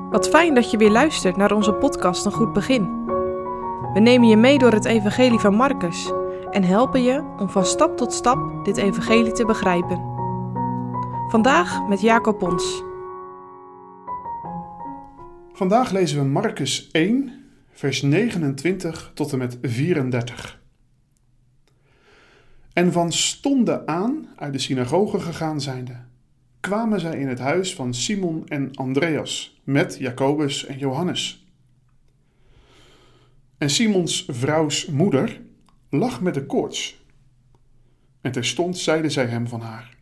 Wat fijn dat je weer luistert naar onze podcast Een Goed Begin. We nemen je mee door het evangelie van Marcus en helpen je om van stap tot stap dit evangelie te begrijpen. Vandaag met Jacob Pons. Vandaag lezen we Marcus 1, vers 29 tot en met 34. En van stonden aan uit de synagoge gegaan zijnde, kwamen zij in het huis van Simon en Andreas met Jacobus en Johannes. En Simons vrouws moeder lag met de koorts. En terstond zeiden zij hem van haar.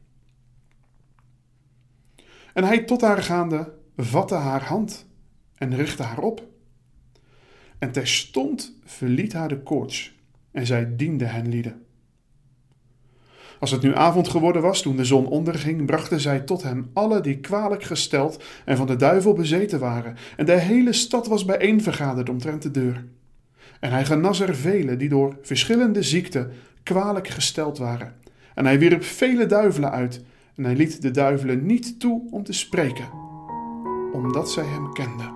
En hij tot haar gaande vatte haar hand en richtte haar op. En terstond verliet haar de koorts en zij diende hen lieden. Als het nu avond geworden was, toen de zon onderging, brachten zij tot hem alle die kwalijk gesteld en van de duivel bezeten waren. En de hele stad was bijeenvergaderd omtrent de deur. En hij genas er velen die door verschillende ziekten kwalijk gesteld waren. En hij wierp vele duivelen uit. En hij liet de duivelen niet toe om te spreken, omdat zij hem kenden.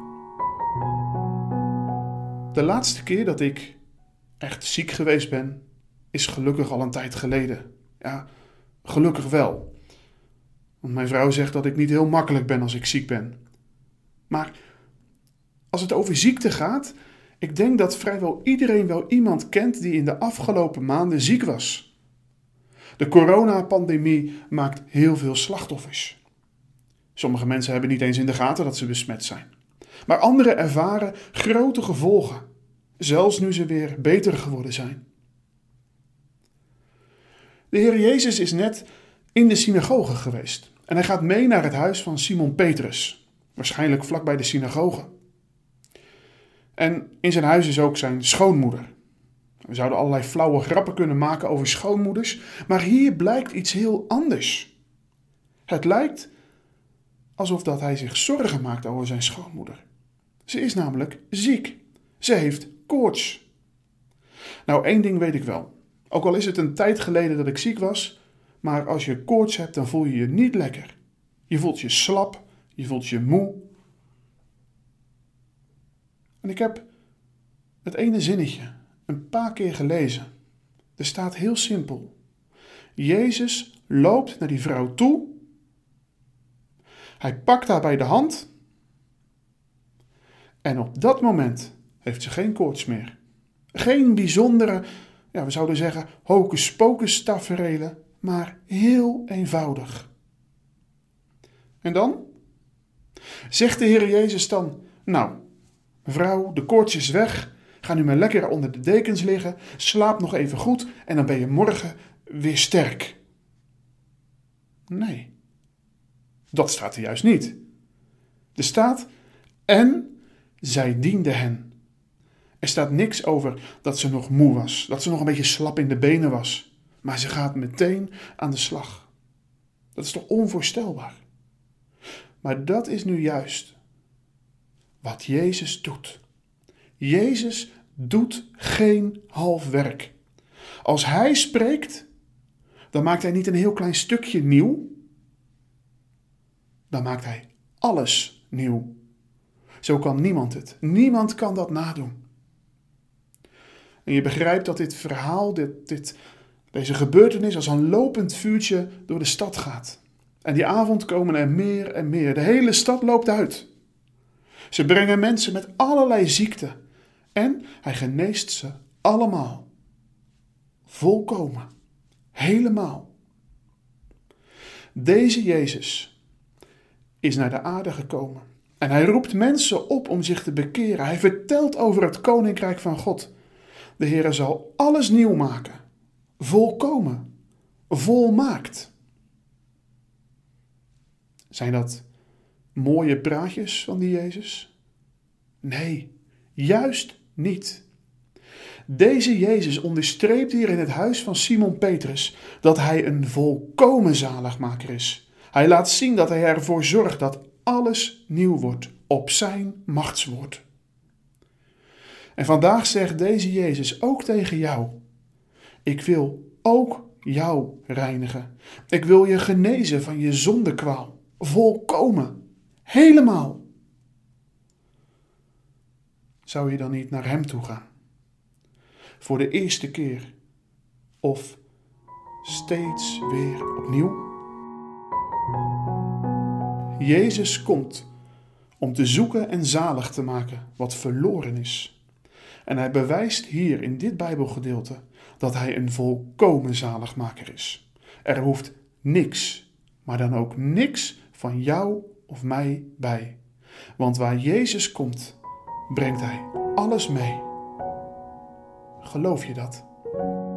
De laatste keer dat ik echt ziek geweest ben, is gelukkig al een tijd geleden. Ja, gelukkig wel. Want mijn vrouw zegt dat ik niet heel makkelijk ben als ik ziek ben. Maar als het over ziekte gaat, ik denk dat vrijwel iedereen wel iemand kent die in de afgelopen maanden ziek was. De coronapandemie maakt heel veel slachtoffers. Sommige mensen hebben niet eens in de gaten dat ze besmet zijn. Maar anderen ervaren grote gevolgen, zelfs nu ze weer beter geworden zijn. De Heer Jezus is net in de synagoge geweest en hij gaat mee naar het huis van Simon Petrus, waarschijnlijk vlakbij de synagoge. En in zijn huis is ook zijn schoonmoeder. We zouden allerlei flauwe grappen kunnen maken over schoonmoeders, maar hier blijkt iets heel anders. Het lijkt alsof dat hij zich zorgen maakt over zijn schoonmoeder. Ze is namelijk ziek. Ze heeft koorts. Nou, één ding weet ik wel. Ook al is het een tijd geleden dat ik ziek was, maar als je koorts hebt, dan voel je je niet lekker. Je voelt je slap, je voelt je moe. En ik heb het ene zinnetje een paar keer gelezen. Er staat heel simpel. Jezus loopt naar die vrouw toe. Hij pakt haar bij de hand. En op dat moment heeft ze geen koorts meer. Geen bijzondere, we zouden zeggen, hocus-pocus taferelen, maar heel eenvoudig. En dan? Zegt de Heer Jezus dan, nou, mevrouw, de koorts is weg, ga nu maar lekker onder de dekens liggen, slaap nog even goed en dan ben je morgen weer sterk. Nee, dat staat er juist niet. Er staat, en zij diende hen. Er staat niks over dat ze nog moe was, dat ze nog een beetje slap in de benen was. Maar ze gaat meteen aan de slag. Dat is toch onvoorstelbaar? Maar dat is nu juist wat Jezus doet. Jezus doet geen half werk. Als hij spreekt, dan maakt hij niet een heel klein stukje nieuw. Dan maakt hij alles nieuw. Zo kan niemand het. Niemand kan dat nadoen. En je begrijpt dat dit verhaal, deze gebeurtenis als een lopend vuurtje door de stad gaat. En die avond komen er meer en meer. De hele stad loopt uit. Ze brengen mensen met allerlei ziekten. En hij geneest ze allemaal. Volkomen. Helemaal. Deze Jezus is naar de aarde gekomen. En hij roept mensen op om zich te bekeren. Hij vertelt over het koninkrijk van God. De Heer zal alles nieuw maken. Volkomen. Volmaakt. Zijn dat mooie praatjes van die Jezus? Nee, juist niet. Deze Jezus onderstreept hier in het huis van Simon Petrus dat hij een volkomen zaligmaker is. Hij laat zien dat hij ervoor zorgt dat alles nieuw wordt op zijn machtswoord. En vandaag zegt deze Jezus ook tegen jou: ik wil ook jou reinigen. Ik wil je genezen van je zondekwaal. Volkomen. Helemaal. zou je dan niet naar hem toe gaan? Voor de eerste keer of steeds weer opnieuw? Jezus komt om te zoeken en zalig te maken wat verloren is. En hij bewijst hier in dit Bijbelgedeelte dat hij een volkomen zaligmaker is. Er hoeft niks, maar dan ook niks van jou of mij bij. Want waar Jezus komt, brengt hij alles mee. Geloof je dat?